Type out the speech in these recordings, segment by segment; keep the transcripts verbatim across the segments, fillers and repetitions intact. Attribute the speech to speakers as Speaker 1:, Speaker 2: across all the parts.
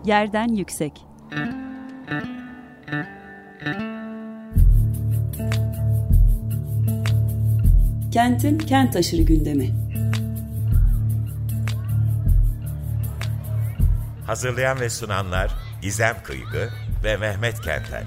Speaker 1: Yerden yüksek. Kentin kent aşırı gündemi.
Speaker 2: Hazırlayan ve sunanlar Gizem Kıygı ve Mehmet Kentel.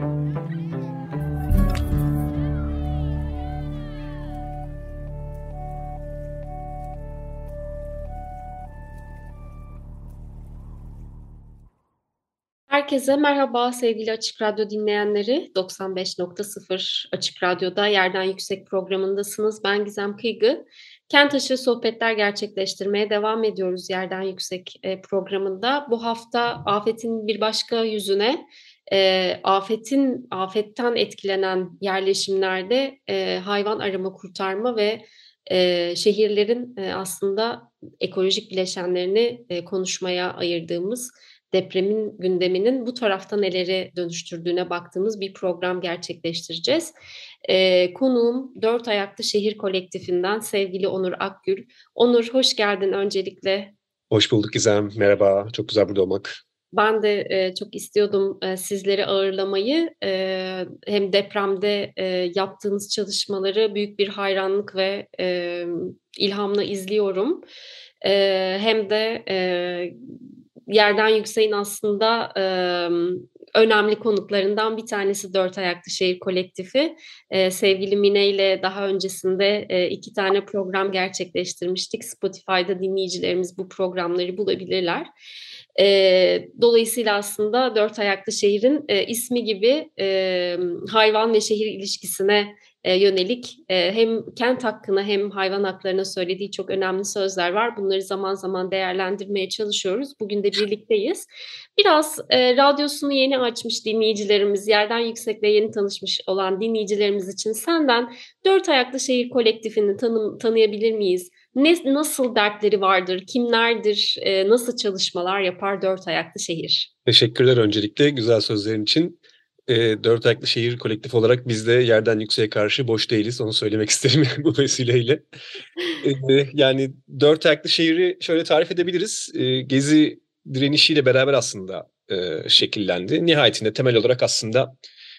Speaker 3: Herkese merhaba sevgili Açık Radyo dinleyenleri. doksan beş nokta sıfır Açık Radyo'da Yerden Yüksek programındasınız. Ben Gizem Kıygı. Kent aşırı sohbetler gerçekleştirmeye devam ediyoruz Yerden Yüksek programında. Bu hafta afetin bir başka yüzüne, e, afetin afetten etkilenen yerleşimlerde e, hayvan arama, kurtarma ve e, şehirlerin e, aslında ekolojik bileşenlerini e, konuşmaya ayırdığımız depremin gündeminin bu tarafta neleri dönüştürdüğüne baktığımız bir program gerçekleştireceğiz. Ee, konuğum Dört Ayaklı Şehir Kolektifinden sevgili Onur Akgül. Onur, hoş geldin öncelikle.
Speaker 4: Hoş bulduk Gizem, merhaba. Çok güzel burada olmak.
Speaker 3: Ben de e, çok istiyordum e, sizleri ağırlamayı. E, hem depremde e, yaptığınız çalışmaları büyük bir hayranlık ve e, ilhamla izliyorum. E, hem de e, Yerden Yüksek'in aslında e, önemli konuklarından bir tanesi Dört Ayaklı Şehir Kolektifi. E, sevgili Mine ile daha öncesinde e, iki tane program gerçekleştirmiştik. Spotify'da dinleyicilerimiz bu programları bulabilirler. E, dolayısıyla aslında Dört Ayaklı Şehir'in e, ismi gibi e, hayvan ve şehir ilişkisine e, yönelik e, hem kent hakkına hem hayvan haklarına söylediği çok önemli sözler var. Bunları zaman zaman değerlendirmeye çalışıyoruz. Bugün de birlikteyiz. Biraz e, radyosunu yeni açmış dinleyicilerimiz, Yerden Yüksek'le yeni tanışmış olan dinleyicilerimiz için senden Dört Ayaklı Şehir Kolektifini tanı, tanıyabilir miyiz? Ne, nasıl dertleri vardır, kimlerdir, e, nasıl çalışmalar yapar Dört Ayaklı Şehir?
Speaker 4: Teşekkürler öncelikle güzel sözlerin için. E, Dört Ayaklı Şehir Kolektif olarak biz de Yerden Yüksek'e karşı boş değiliz. Onu söylemek isterim bu vesileyle. E, yani Dört Ayaklı Şehir'i şöyle tarif edebiliriz. E, Gezi direnişiyle beraber aslında e, şekillendi. Nihayetinde temel olarak aslında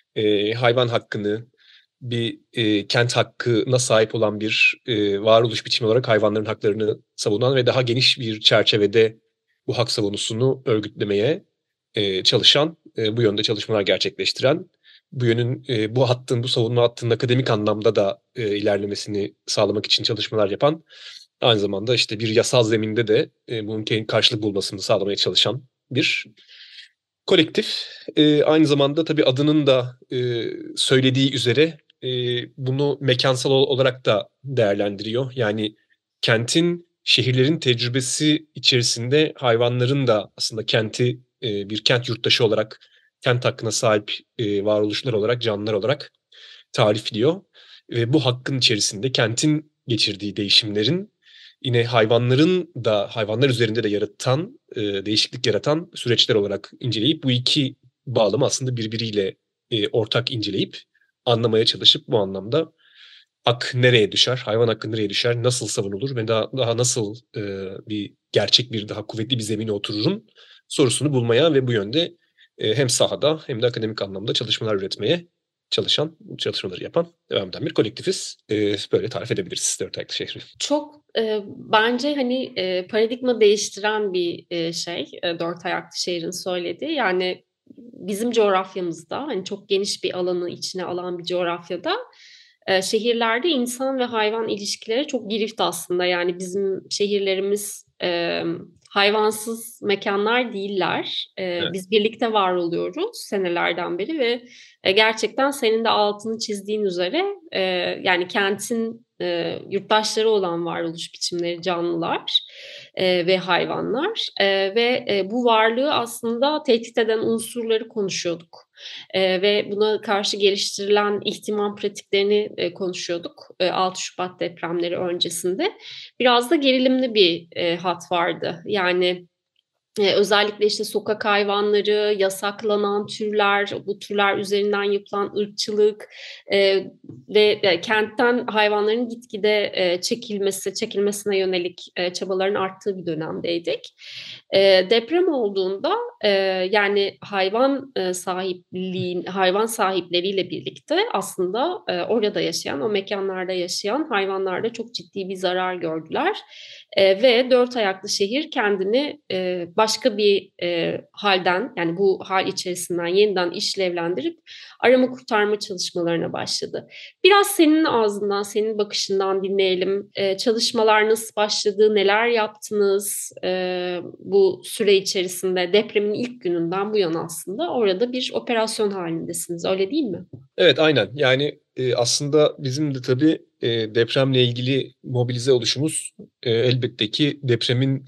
Speaker 4: e, hayvan hakkını, bir e, kent hakkına sahip olan bir e, varoluş biçimi olarak hayvanların haklarını savunan ve daha geniş bir çerçevede bu hak savunusunu örgütlemeye e, çalışan, e, bu yönde çalışmalar gerçekleştiren, bu yönün, e, bu hattın, bu savunma hattının akademik anlamda da e, ilerlemesini sağlamak için çalışmalar yapan, aynı zamanda işte bir yasal zeminde de e, bunun karşılık bulmasını sağlamaya çalışan bir kolektif. E, aynı zamanda tabii adının da e, söylediği üzere e, bunu mekansal olarak da değerlendiriyor. Yani kentin, şehirlerin tecrübesi içerisinde hayvanların da aslında kenti e, bir kent yurttaşı olarak, kent hakkına sahip e, varoluşlar olarak, canlılar olarak tarifliyor. Ve bu hakkın içerisinde kentin geçirdiği değişimlerin yine hayvanların da hayvanlar üzerinde de yaratan, e, değişiklik yaratan süreçler olarak inceleyip bu iki bağlamı aslında birbiriyle e, ortak inceleyip anlamaya çalışıp bu anlamda hak nereye düşer, hayvan hakkı nereye düşer, nasıl savunulur ve daha, daha nasıl e, bir gerçek bir daha kuvvetli bir zemine otururun sorusunu bulmaya ve bu yönde e, hem sahada hem de akademik anlamda çalışmalar üretmeye çalışan, çalışmaları yapan, devam eden bir kolektifiz. E, böyle tarif edebiliriz Dört Ayaklı Şehri.
Speaker 3: Çok e, bence hani e, paradigma değiştiren bir e, şey e, Dört Ayaklı Şehir'in söylediği. Yani bizim coğrafyamızda hani çok geniş bir alanı içine alan bir coğrafyada e, şehirlerde insan ve hayvan ilişkileri çok girift aslında. Yani bizim şehirlerimiz e, hayvansız mekanlar değiller. E, evet. Biz birlikte var oluyoruz senelerden beri ve e, gerçekten senin de altını çizdiğin üzere e, yani kentin e, yurttaşları olan varoluş biçimleri canlılar e, ve hayvanlar e, ve e, bu varlığı aslında tehdit eden unsurları konuşuyorduk e, ve buna karşı geliştirilen ihtimam pratiklerini e, konuşuyorduk e, altı Şubat depremleri öncesinde. Biraz da gerilimli bir e, hat vardı. Yani Eee, özellikle işte sokak hayvanları, yasaklanan türler, bu türler üzerinden yapılan ırkçılık eee, ve e, kentten hayvanların gitgide eee, çekilmesi, çekilmesine yönelik eee, çabaların arttığı bir dönemdeydik. Eee, deprem olduğunda eee, yani hayvan eee, sahipliğin, hayvan sahipleriyle birlikte aslında eee, orada yaşayan, o mekanlarda yaşayan hayvanlar da çok ciddi bir zarar gördüler. Eee, ve dört ayaklı şehir kendini eee, başka bir eee, halden, yani bu hal içerisinden yeniden işlevlendirip arama kurtarma çalışmalarına başladı. Biraz senin ağzından, senin bakışından dinleyelim. Eee, çalışmalar nasıl başladı, neler yaptınız eee, bu süre içerisinde, depremin ilk gününden bu yana aslında orada bir operasyon halindesiniz, öyle değil mi?
Speaker 4: Evet, aynen. Yani e, aslında bizim de tabii e, depremle ilgili mobilize oluşumuz e, elbette ki depremin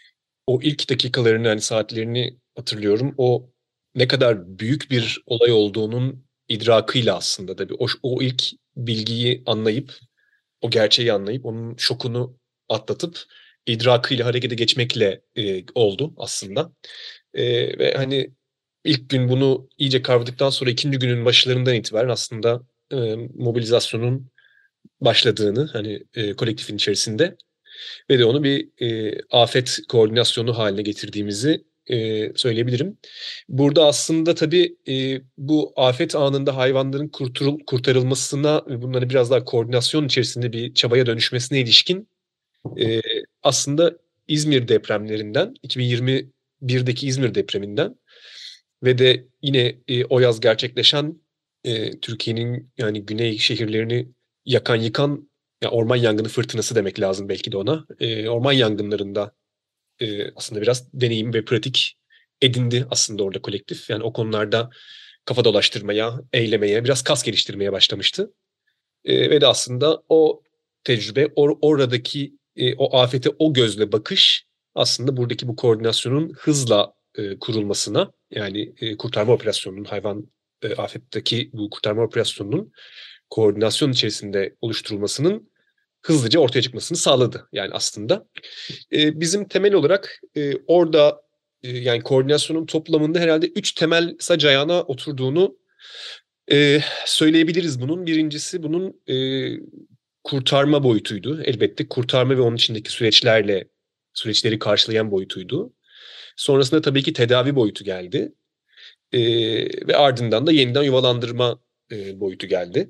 Speaker 4: o ilk dakikalarını, hani saatlerini hatırlıyorum. O ne kadar büyük bir olay olduğunun idrakıyla aslında tabii o, o ilk bilgiyi anlayıp, o gerçeği anlayıp, onun şokunu atlatıp idrakıyla harekete geçmekle e, oldu aslında. E, ve hani ilk gün bunu iyice kavradıktan sonra ikinci günün başlarından itibaren aslında e, mobilizasyonun başladığını, hani e, kolektifin içerisinde ve de onu bir e, afet koordinasyonu haline getirdiğimizi e, söyleyebilirim. Burada aslında tabii e, bu afet anında hayvanların kurtarıl, kurtarılmasına ve bunların biraz daha koordinasyon içerisinde bir çabaya dönüşmesine ilişkin e, aslında İzmir depremlerinden, iki bin yirmi birdeki İzmir depreminden ve de yine e, o yaz gerçekleşen e, Türkiye'nin yani güney şehirlerini yakan yıkan, ya orman yangını fırtınası demek lazım belki de ona. E, orman yangınlarında e, aslında biraz deneyim ve pratik edindi aslında orada kolektif. Yani o konularda kafa dolaştırmaya, eylemeye, biraz kas geliştirmeye başlamıştı. E, ve de aslında o tecrübe, or- oradaki e, o afete o gözle bakış aslında buradaki bu koordinasyonun hızla e, kurulmasına, yani e, kurtarma operasyonunun, hayvan e, afetteki bu kurtarma operasyonunun koordinasyon içerisinde oluşturulmasının hızlıca ortaya çıkmasını sağladı. Yani aslında e, bizim temel olarak e, orada e, yani koordinasyonun toplamında herhalde üç temel sac ayağına oturduğunu e, söyleyebiliriz bunun. Birincisi bunun e, kurtarma boyutuydu. Elbette kurtarma ve onun içindeki süreçlerle süreçleri karşılayan boyutuydu. Sonrasında tabii ki tedavi boyutu geldi. E, ve ardından da yeniden yuvalandırma e, boyutu geldi.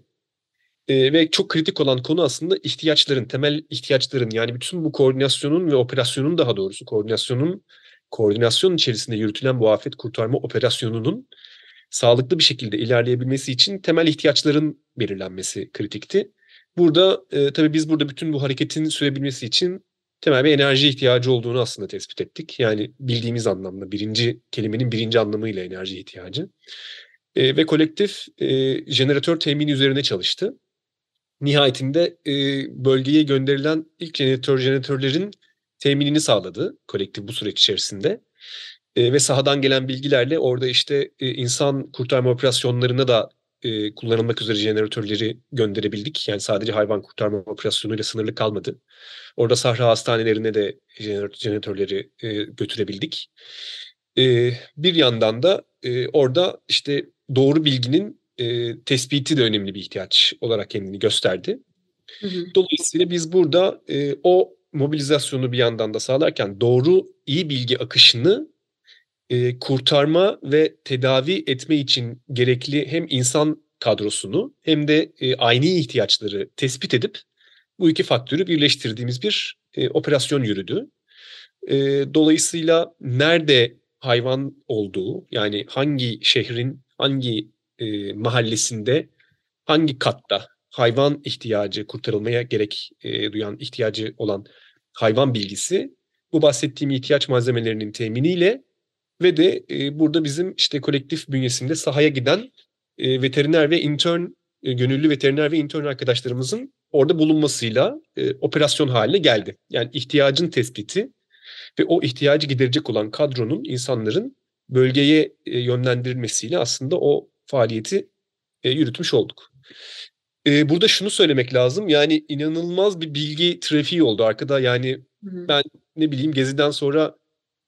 Speaker 4: E, ve çok kritik olan konu aslında ihtiyaçların, temel ihtiyaçların, yani bütün bu koordinasyonun ve operasyonun, daha doğrusu koordinasyonun, koordinasyon içerisinde yürütülen bu afet kurtarma operasyonunun sağlıklı bir şekilde ilerleyebilmesi için temel ihtiyaçların belirlenmesi kritikti. Burada e, tabii biz burada bütün bu hareketin sürebilmesi için temel bir enerji ihtiyacı olduğunu aslında tespit ettik. Yani bildiğimiz anlamda, birinci kelimenin birinci anlamıyla enerji ihtiyacı. E, ve kolektif e, jeneratör temini üzerine çalıştı. Nihayetinde e, bölgeye gönderilen ilk jeneratör jeneratörlerin teminini sağladı kolektif bu süreç içerisinde. E, ve sahadan gelen bilgilerle orada işte e, insan kurtarma operasyonlarına da e, kullanılmak üzere jeneratörleri gönderebildik. Yani sadece hayvan kurtarma operasyonuyla sınırlı kalmadı. Orada sahra hastanelerine de jeneratör, jeneratörleri e, götürebildik. E, bir yandan da e, orada işte doğru bilginin e, tespiti de önemli bir ihtiyaç olarak kendini gösterdi.
Speaker 3: Hı hı.
Speaker 4: Dolayısıyla biz burada e, o mobilizasyonu bir yandan da sağlarken doğru iyi bilgi akışını e, kurtarma ve tedavi etme için gerekli hem insan kadrosunu hem de e, ayni ihtiyaçları tespit edip bu iki faktörü birleştirdiğimiz bir e, operasyon yürüdü. E, dolayısıyla nerede hayvan olduğu, yani hangi şehrin hangi e, mahallesinde hangi katta hayvan ihtiyacı, kurtarılmaya gerek e, duyan ihtiyacı olan hayvan bilgisi, bu bahsettiğim ihtiyaç malzemelerinin teminiyle ve de e, burada bizim işte kolektif bünyesinde sahaya giden e, veteriner ve intern, e, gönüllü veteriner ve intern arkadaşlarımızın orada bulunmasıyla e, operasyon haline geldi. Yani ihtiyacın tespiti ve o ihtiyacı giderecek olan kadronun, insanların bölgeye e, yönlendirilmesiyle aslında o faaliyeti e, yürütmüş olduk. E, burada şunu söylemek lazım, yani inanılmaz bir bilgi trafiği oldu arkada. Yani
Speaker 3: Hı hı.
Speaker 4: ben ne bileyim Gezi'den sonra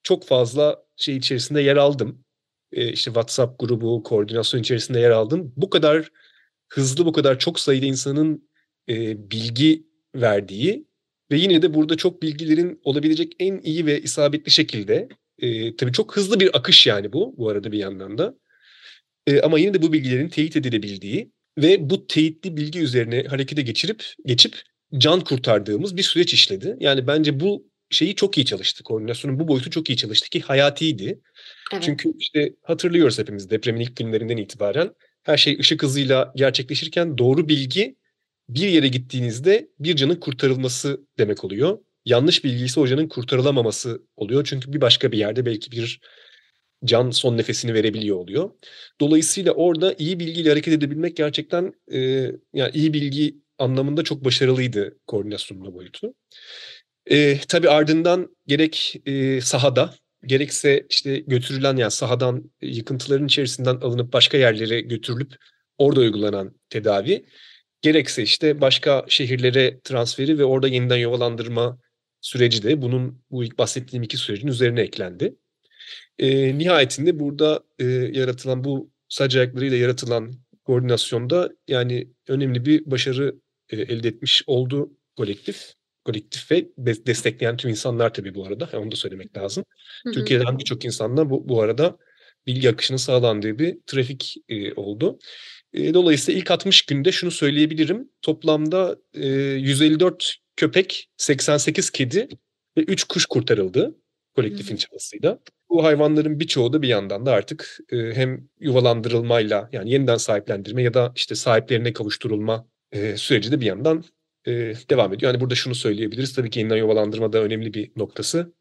Speaker 4: çok fazla şey içerisinde yer aldım. E, işte WhatsApp grubu, koordinasyon içerisinde yer aldım. Bu kadar hızlı, bu kadar çok sayıda insanın e, bilgi verdiği ve yine de burada çok bilgilerin olabilecek en iyi ve isabetli şekilde, e, tabii çok hızlı bir akış yani bu, bu arada bir yandan da. E, ama yine de bu bilgilerin teyit edilebildiği ve bu teyitli bilgi üzerine harekete geçirip geçip can kurtardığımız bir süreç işledi. Yani bence bu şeyi çok iyi çalıştı. Koordinasyonun bu boyutu çok iyi çalıştı ki hayatiydi.
Speaker 3: Evet.
Speaker 4: Çünkü işte hatırlıyoruz hepimiz depremin ilk günlerinden itibaren her şey ışık hızıyla gerçekleşirken doğru bilgi bir yere gittiğinizde bir canın kurtarılması demek oluyor. Yanlış bilgi ise o canın kurtarılamaması oluyor. Çünkü bir başka bir yerde belki bir can son nefesini verebiliyor oluyor. Dolayısıyla orada iyi bilgiyle hareket edebilmek gerçekten e, yani iyi bilgi anlamında çok başarılıydı koordinasyonun boyutu. E, tabii ardından gerek e, sahada gerekse işte götürülen yani sahadan yıkıntıların içerisinden alınıp başka yerlere götürülüp orada uygulanan tedavi, gerekse işte başka şehirlere transferi ve orada yeniden yuvalandırma süreci de bunun bu ilk bahsettiğim iki sürecin üzerine eklendi. E, nihayetinde burada e, yaratılan bu sac ayaklarıyla yaratılan koordinasyonda yani önemli bir başarı e, elde etmiş oldu kolektif. Kolektif ve de- destekleyen tüm insanlar tabii bu arada. Onu da söylemek lazım.
Speaker 3: Hı hı.
Speaker 4: Türkiye'den birçok insanla bu, bu arada bilgi akışının sağlandığı bir trafik e, oldu. E, dolayısıyla ilk altmış günde şunu söyleyebilirim. Toplamda e, yüz elli dört köpek, seksen sekiz kedi ve üç kuş kurtarıldı kolektifin çabasıyla. Bu hayvanların birçoğu da bir yandan da artık e, hem yuvalandırılmayla yani yeniden sahiplendirme ya da işte sahiplerine kavuşturulma e, süreci de bir yandan e, devam ediyor. Yani burada şunu söyleyebiliriz. Tabii ki yeniden yuvalandırma da önemli bir noktası.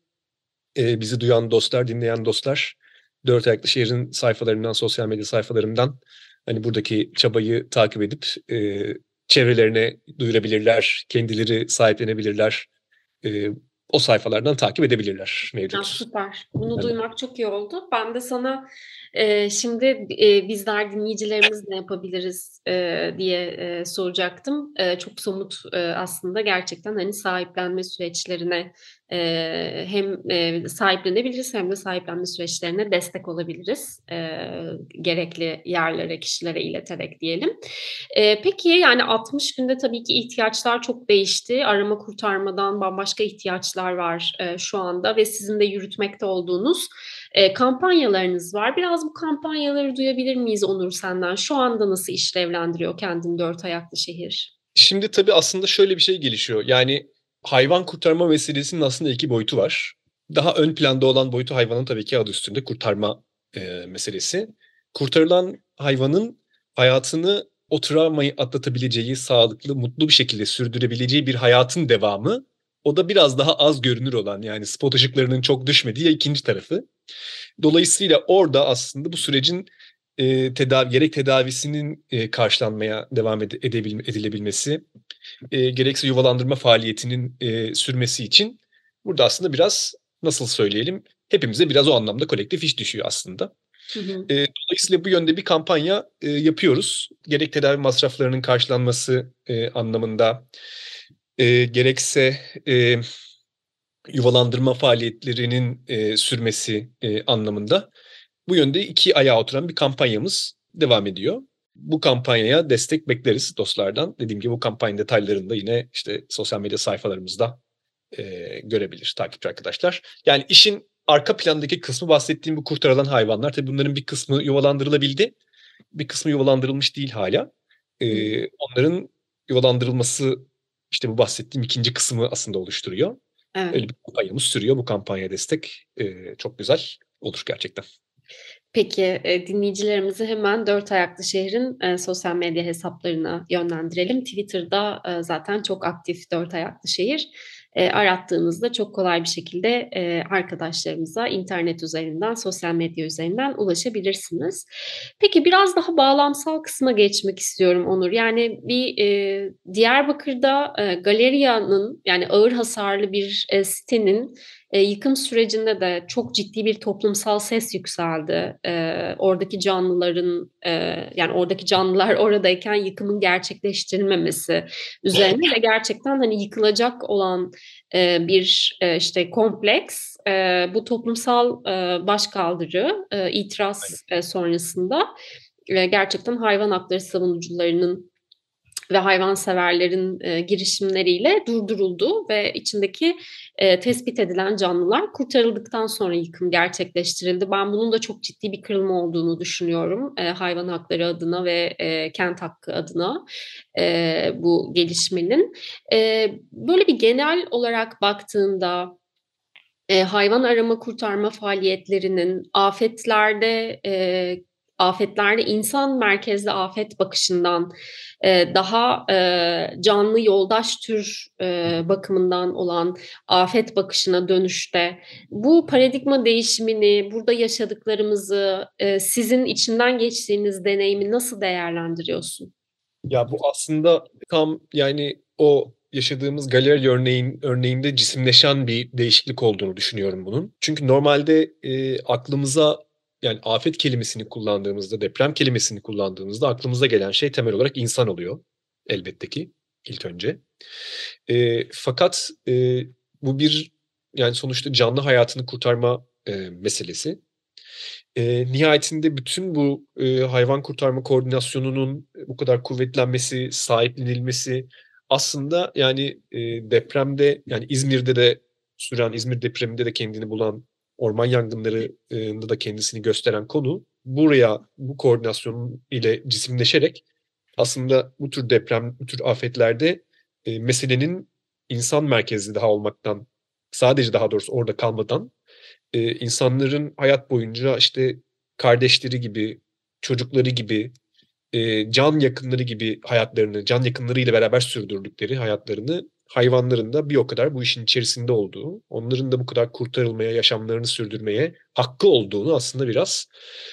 Speaker 4: E, bizi duyan dostlar, dinleyen dostlar, Dört Ayaklı Şehir'in sayfalarından, sosyal medya sayfalarından hani buradaki çabayı takip edip e, çevrelerine duyurabilirler, kendileri sahiplenebilirler. E, o sayfalardan takip edebilirler
Speaker 3: Ya,
Speaker 4: mevcut.
Speaker 3: süper. Bunu
Speaker 4: Ben-
Speaker 3: duymak çok iyi oldu. Ben de sana, eee, şimdi, eee, bizler dinleyicilerimiz ne yapabiliriz, eee, diye, eee, soracaktım. Eee, çok somut, eee, aslında gerçekten, hani, sahiplenme süreçlerine, eee, hem, eee, sahiplenebiliriz hem de sahiplenme süreçlerine destek olabiliriz. Eee, gerekli yerlere, kişilere ileterek diyelim. Eee, peki, yani, altmış günde tabii ki ihtiyaçlar çok değişti. Arama kurtarmadan bambaşka ihtiyaçlar var, eee, şu anda ve sizin de yürütmekte olduğunuz, eee, kampanyalarınız var. Biraz bu kampanyaları duyabilir miyiz Onur senden? Şu anda nasıl işlevlendiriyor kendini Dört Ayaklı Şehir?
Speaker 4: Şimdi tabii aslında şöyle bir şey gelişiyor. Yani hayvan kurtarma meselesinin aslında iki boyutu var. Daha ön planda olan boyutu hayvanın tabii ki adı üstünde kurtarma e, meselesi. Kurtarılan hayvanın hayatını o travmayı atlatabileceği, sağlıklı, mutlu bir şekilde sürdürebileceği bir hayatın devamı. O da biraz daha az görünür olan yani spot ışıklarının çok düşmediği ikinci tarafı. Dolayısıyla orada aslında bu sürecin e, tedavi, gerek tedavisinin e, karşılanmaya devam ede, edebilme, edilebilmesi, e, gerekse yuvalandırma faaliyetinin e, sürmesi için burada aslında biraz nasıl söyleyelim hepimize biraz o anlamda kolektif iş düşüyor aslında.
Speaker 3: Hı hı.
Speaker 4: E, dolayısıyla bu yönde bir kampanya e, yapıyoruz. Gerek tedavi masraflarının karşılanması e, anlamında, e, gerekse e, yuvalandırma faaliyetlerinin e, sürmesi e, anlamında. Bu yönde iki ayağa oturan bir kampanyamız devam ediyor. Bu kampanyaya destek bekleriz dostlardan. Dediğim gibi bu kampanyanın detaylarını da yine işte sosyal medya sayfalarımızda e, görebilir takipçi arkadaşlar. Yani işin arka plandaki kısmı bahsettiğim bu kurtarılan hayvanlar. Tabii bunların bir kısmı yuvalandırılabildi. Bir kısmı yuvalandırılmış değil hala. E, onların yuvalandırılması işte bu bahsettiğim ikinci kısmı aslında oluşturuyor.
Speaker 3: Evet.
Speaker 4: Öyle bir kampanyamız sürüyor. Bu kampanya destek e, çok güzel olur gerçekten.
Speaker 3: Peki, eee, dinleyicilerimizi hemen Dört Ayaklı Şehir'in, eee, sosyal medya hesaplarına yönlendirelim. Twitter'da, eee, zaten çok aktif Dört Ayaklı Şehir. Eee, arattığınızda çok kolay bir şekilde, eee, arkadaşlarımıza internet üzerinden, sosyal medya üzerinden ulaşabilirsiniz. Peki, biraz daha bağlamsal kısma geçmek istiyorum Onur. Yani bir, eee, Diyarbakır'da, eee, Galeria'nın yani ağır hasarlı bir, eee, sitenin E, yıkım sürecinde de çok ciddi bir toplumsal ses yükseldi. E, oradaki canlıların, e, yani oradaki canlılar oradayken yıkımın gerçekleştirilmemesi üzerine ve gerçekten hani yıkılacak olan e, bir e, işte kompleks, e, bu toplumsal e, başkaldırı, e, itiraz e, sonrasında e, gerçekten hayvan hakları savunucularının ve hayvanseverlerin e, girişimleriyle durduruldu ve içindeki e, tespit edilen canlılar kurtarıldıktan sonra yıkım gerçekleştirildi. Ben bunun da çok ciddi bir kırılma olduğunu düşünüyorum e, hayvan hakları adına ve e, kent hakkı adına e, bu gelişmenin. E, böyle bir genel olarak baktığında e, hayvan arama kurtarma faaliyetlerinin afetlerde e, afetlerde insan merkezli afet bakışından e, daha e, canlı yoldaş tür e, bakımından olan afet bakışına dönüşte bu paradigma değişimini, burada yaşadıklarımızı, e, sizin içinden geçtiğiniz deneyimi nasıl değerlendiriyorsun?
Speaker 4: Ya bu aslında tam yani o yaşadığımız galeri örneğin örneğinde cisimleşen bir değişiklik olduğunu düşünüyorum bunun. Çünkü normalde e, aklımıza yani afet kelimesini kullandığımızda, deprem kelimesini kullandığımızda aklımıza gelen şey temel olarak insan oluyor. Elbette ki ilk önce. E, fakat e, bu bir yani sonuçta canlı hayatını kurtarma e, meselesi. E, nihayetinde bütün bu e, hayvan kurtarma koordinasyonunun bu kadar kuvvetlenmesi, sahiplenilmesi aslında yani e, depremde yani İzmir'de de süren İzmir depreminde de kendini bulan orman yangınlarında da kendisini gösteren konu buraya bu koordinasyon ile cisimleşerek aslında bu tür deprem, bu tür afetlerde e, meselenin insan merkezli daha olmaktan sadece daha doğrusu orada kalmadan e, insanların hayat boyunca işte kardeşleri gibi, çocukları gibi, e, can yakınları gibi hayatlarını, can yakınlarıyla beraber sürdürdükleri hayatlarını hayvanların da bir o kadar bu işin içerisinde olduğu, onların da bu kadar kurtarılmaya, yaşamlarını sürdürmeye hakkı olduğunu aslında biraz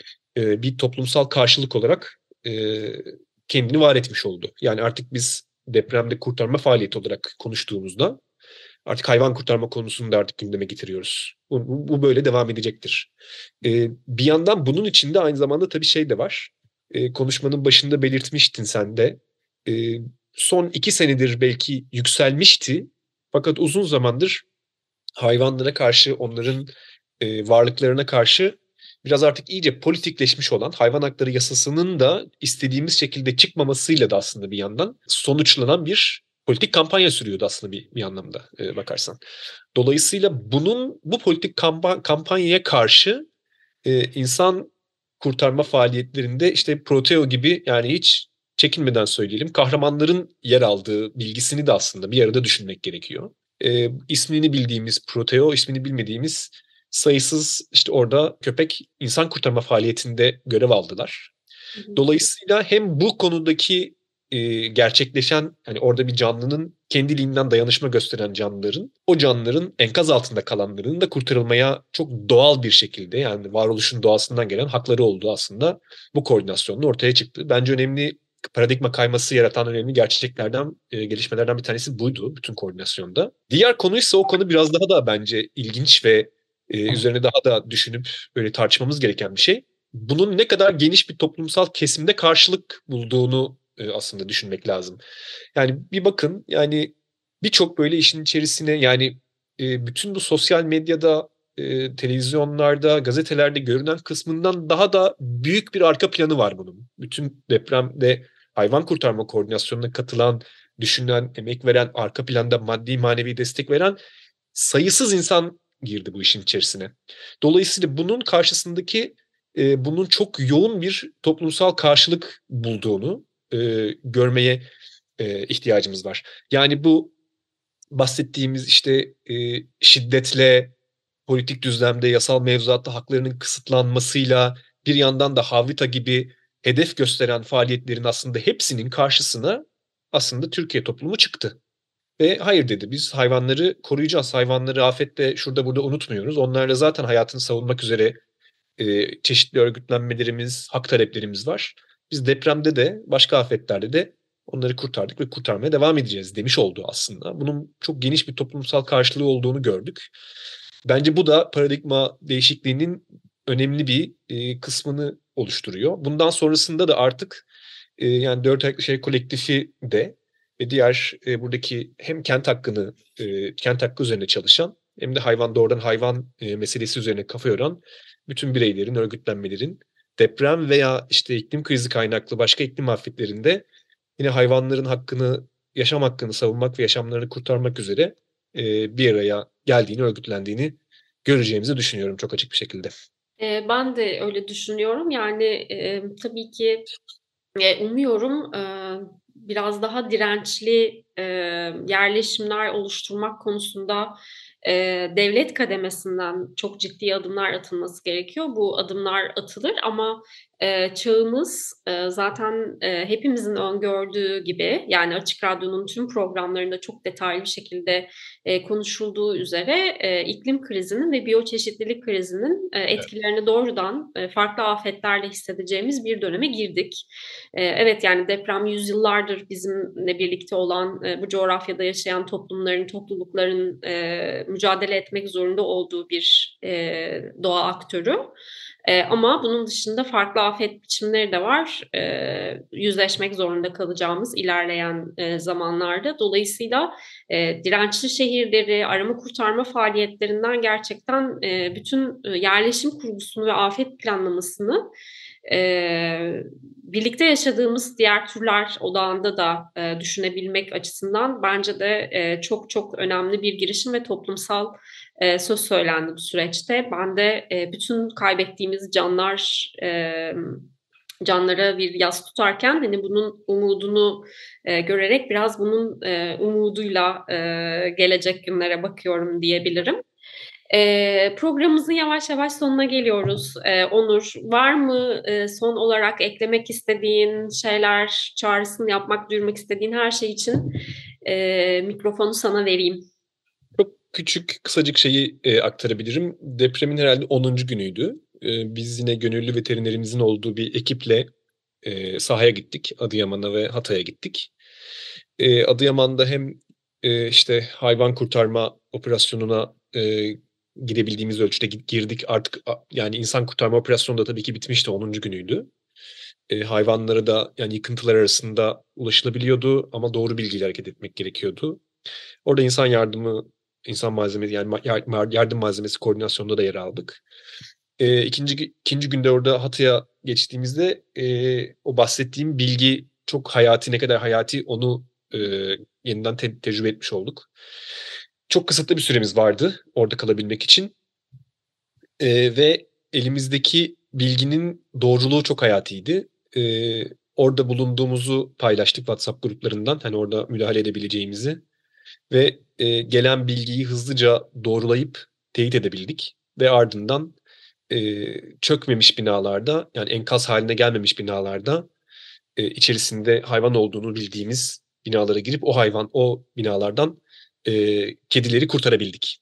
Speaker 4: e, bir toplumsal karşılık olarak e, kendini var etmiş oldu. Yani artık biz depremde kurtarma faaliyeti olarak konuştuğumuzda artık hayvan kurtarma konusunu da artık gündeme getiriyoruz. Bu, bu, bu böyle devam edecektir. Ee, bir yandan bunun içinde aynı zamanda tabii şey de var. Ee, konuşmanın başında belirtmiştin sen de. Ee, son iki senedir belki yükselmişti. Fakat uzun zamandır hayvanlara karşı, onların e, varlıklarına karşı biraz artık iyice politikleşmiş olan hayvan hakları yasasının da istediğimiz şekilde çıkmamasıyla da aslında bir yandan sonuçlanan bir politik kampanya sürüyordu aslında bir, bir anlamda e, bakarsan. Dolayısıyla bunun bu politik kampa- kampanyaya karşı e, insan kurtarma faaliyetlerinde işte Proteo gibi yani hiç çekinmeden söyleyelim kahramanların yer aldığı bilgisini de aslında bir arada düşünmek gerekiyor. E, ismini bildiğimiz Proteo, ismini bilmediğimiz sayısız işte orada köpek insan kurtarma faaliyetinde görev aldılar. Dolayısıyla hem bu konudaki e, gerçekleşen hani orada bir canlının kendiliğinden dayanışma gösteren canlıların o canlıların enkaz altında kalanların da kurtarılmaya çok doğal bir şekilde yani varoluşun doğasından gelen hakları olduğu aslında bu koordinasyonla ortaya çıktı. Bence önemli paradigma kayması yaratan önemli gerçeklerden, e, gelişmelerden bir tanesi buydu bütün koordinasyonda. Diğer konuysa o konu biraz daha da bence ilginç ve e, üzerine daha da düşünüp böyle tartışmamız gereken bir şey. Bunun ne kadar geniş bir toplumsal kesimde karşılık bulduğunu e, aslında düşünmek lazım. Yani bir bakın yani birçok böyle işin içerisine yani e, bütün bu sosyal medyada, e, televizyonlarda, gazetelerde görünen kısmından daha da büyük bir arka planı var bunun. Bütün depremde hayvan kurtarma koordinasyonuna katılan, düşünen, emek veren, arka planda maddi manevi destek veren sayısız insan girdi bu işin içerisine. Dolayısıyla bunun karşısındaki e, bunun çok yoğun bir toplumsal karşılık bulduğunu e, görmeye e, ihtiyacımız var. Yani bu bahsettiğimiz işte e, şiddetle, politik düzlemde, yasal mevzuatta haklarının kısıtlanmasıyla bir yandan da Havrita gibi hedef gösteren faaliyetlerin aslında hepsinin karşısına aslında Türkiye toplumu çıktı. Ve hayır dedi biz hayvanları koruyacağız. Hayvanları afette şurada burada unutmuyoruz. Onlarla zaten hayatını savunmak üzere e, çeşitli örgütlenmelerimiz, hak taleplerimiz var. Biz depremde de başka afetlerde de onları kurtardık ve kurtarmaya devam edeceğiz demiş oldu aslında. Bunun çok geniş bir toplumsal karşılığı olduğunu gördük. Bence bu da paradigma değişikliğinin önemli bir e, kısmını oluşturuyor. Bundan sonrasında da artık e, yani Dört Ayaklı Şehir Kolektifi de ve diğer e, buradaki hem kent hakkını, e, kent hakkı üzerine çalışan hem de hayvan doğrudan hayvan e, meselesi üzerine kafa yoran bütün bireylerin, örgütlenmelerin deprem veya işte iklim krizi kaynaklı başka iklim afetlerinde yine hayvanların hakkını, yaşam hakkını savunmak ve yaşamlarını kurtarmak üzere e, bir araya geldiğini, örgütlendiğini göreceğimizi düşünüyorum çok açık bir şekilde.
Speaker 3: Eee, ben de öyle düşünüyorum. Yani, emm, tabii ki, eee, umuyorum, eee, biraz daha dirençli, eee, yerleşimler oluşturmak konusunda, eee, devlet kademesinden çok ciddi adımlar atılması gerekiyor. Bu adımlar atılır ama, eee, çağımız, eee, zaten, eee, hepimizin öngördüğü gibi, yani Açık Radyo'nun tüm programlarında çok detaylı bir şekilde, eee, konuşulduğu üzere, eee, iklim krizinin ve biyoçeşitlilik krizinin, eee,
Speaker 4: Evet.
Speaker 3: etkilerini doğrudan, eee, farklı afetlerle hissedeceğimiz bir döneme girdik. Eee, evet, yani deprem yüzyıllardır bizimle birlikte olan, eee, bu coğrafyada yaşayan toplumların, toplulukların, eee, mücadele etmek zorunda olduğu bir, eee, doğa aktörü. Eee, ama bunun dışında farklı afet biçimleri de var. Eee, yüzleşmek zorunda kalacağımız ilerleyen, eee, zamanlarda. Dolayısıyla, eee, dirençli şehirleri, arama kurtarma faaliyetlerinden gerçekten, eee, bütün, ııı, yerleşim kurgusunu ve afet planlamasını, eee, birlikte yaşadığımız diğer türler odağında da, eee, düşünebilmek açısından bence de, eee, çok çok önemli bir girişim ve toplumsal, eee, söz söylendi bu süreçte. Ben de, eee, bütün kaybettiğimiz canlar, emm, canlara bir yas tutarken, hani, bunun umudunu, eee, görerek biraz bunun, eee, umuduyla, eee, gelecek günlere bakıyorum diyebilirim. Eee, programımızın yavaş yavaş sonuna geliyoruz. Eee, Onur, var mı, eee, son olarak eklemek istediğin şeyler, çağrısını yapmak, duyurmak istediğin her şey için, eee, mikrofonu sana vereyim.
Speaker 4: Çok küçük, kısacık şeyi, eee, aktarabilirim. Depremin herhâlde onuncu günüydü. Eee, biz yine gönüllü veterinerimizin olduğu bir ekiple, eee, sahaya gittik. Adıyaman'a ve Hatay'a gittik. Eee, Adıyaman'da hem, eee, işte, hayvan kurtarma operasyonuna, eee, girebildiğimiz ölçüde gi girdik. Artık a yani insan kurtarma operasyonu da tabii ki bitmişti, onuncu günüydü. Eee, hayvanlara da, yani, yıkıntılar arasında ulaşılabiliyordu ama doğru bilgiyle hareket etmek gerekiyordu. Orada insan yardımı, insan malzemesi, yani, ma yar mar yardım malzemesi koordinasyonunda da yer aldık. Eee, ikinci gü ikinci günde orada Hatay'a geçtiğimizde, eee, o bahsettiğim bilgi çok hayati, ne kadar hayati onu, eee, yeniden te tecrübe etmiş olduk. Çok kısıtlı bir süremiz vardı orada kalabilmek için, eee, ve elimizdeki bilginin doğruluğu çok hayatiydi. Eee, orada bulunduğumuzu paylaştık WhatsApp gruplarından, hani, orada müdahale edebileceğimizi ve, eee, gelen bilgiyi hızlıca doğrulayıp teyit edebildik ve ardından, eee, çökmemiş binalarda, yani enkaz hâline gelmemiş binalarda, eee, içerisinde hayvan olduğunu bildiğimiz binalara girip o hayvan, o binalardan, eee, kedileri kurtarabildik.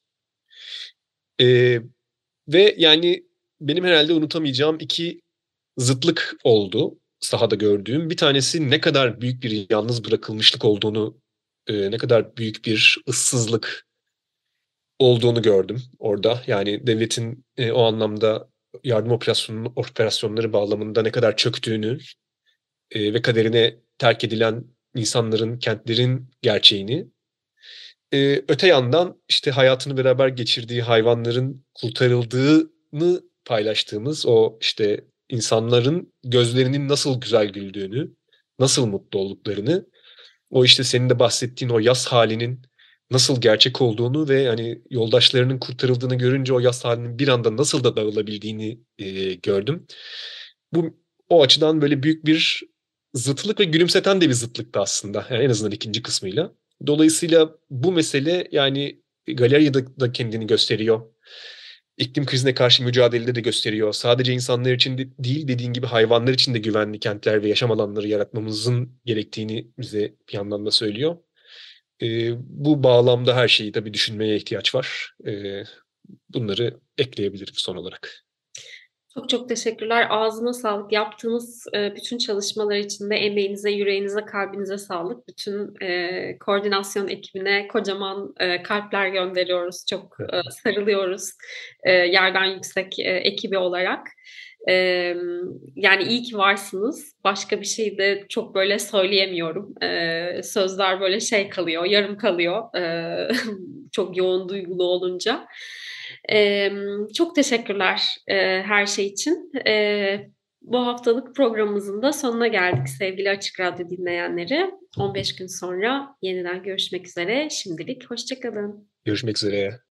Speaker 4: Eee, ve yani benim herhâlde unutamayacağım iki zıtlık oldu sahada gördüğüm. Bir tanesi ne kadar büyük bir yalnız bırakılmışlık olduğunu, eee, ne kadar büyük bir ıssızlık olduğunu gördüm orada. Yani devletin, eee, o anlamda yardım operasyonu operasyonları bağlamında ne kadar çöktüğünü, eee, ve kaderine terk edilen insanların, kentlerin gerçeğini. Eee, öte yandan, işte, hayatını beraber geçirdiği hayvanların kurtarıldığını paylaştığımız o, işte, insanların gözlerinin nasıl güzel güldüğünü, nasıl mutlu olduklarını, o, işte, senin de bahsettiğin o yas hâlinin nasıl gerçek olduğunu ve, hani, yoldaşlarının kurtarıldığını görünce o yas hâlinin bir anda nasıl da dağılabildiğini, eee, gördüm. Bu o açıdan böyle büyük bir zıtlık ve gülümseten de bir zıtlıktı aslında. Yani en azından ikinci kısmıyla. Dolayısıyla bu mesele, yani, Galerya'da da kendini gösteriyor. İklim krizine karşı mücadelede de gösteriyor. Sadece insanlar için de değil, dediğin gibi hayvanlar için de güvenli kentler ve yaşam alanları yaratmamızın gerektiğini bize bir yandan da söylüyor. Eee, bu bağlamda her şeyi tabii düşünmeye ihtiyaç var. Eee, bunları ekleyebilirim son olarak.
Speaker 3: Çok çok teşekkürler. Ağzına sağlık. Yaptığınız, eee, bütün çalışmalar için de emeğinize, yüreğinize, kalbinize sağlık. Bütün, eee, koordinasyon ekibine kocaman, eee, kalpler gönderiyoruz. Çok, eee, sarılıyoruz, eee, Yerden Yüksek, eee, ekibi olarak. Emm, yani iyi ki varsınız. Başka bir şey de çok böyle söyleyemiyorum. Eee, sözler böyle şey kalıyor, yarım kalıyor, eee, çok yoğun duygulu olunca. Emm, çok teşekkürler, eee, her şey için. Eee, bu haftalık programımızın da sonuna geldik sevgili Açık Radyo dinleyenleri. on beş gün sonra yeniden görüşmek üzere. Şimdilik hoşça kalın.
Speaker 4: Görüşmek üzere.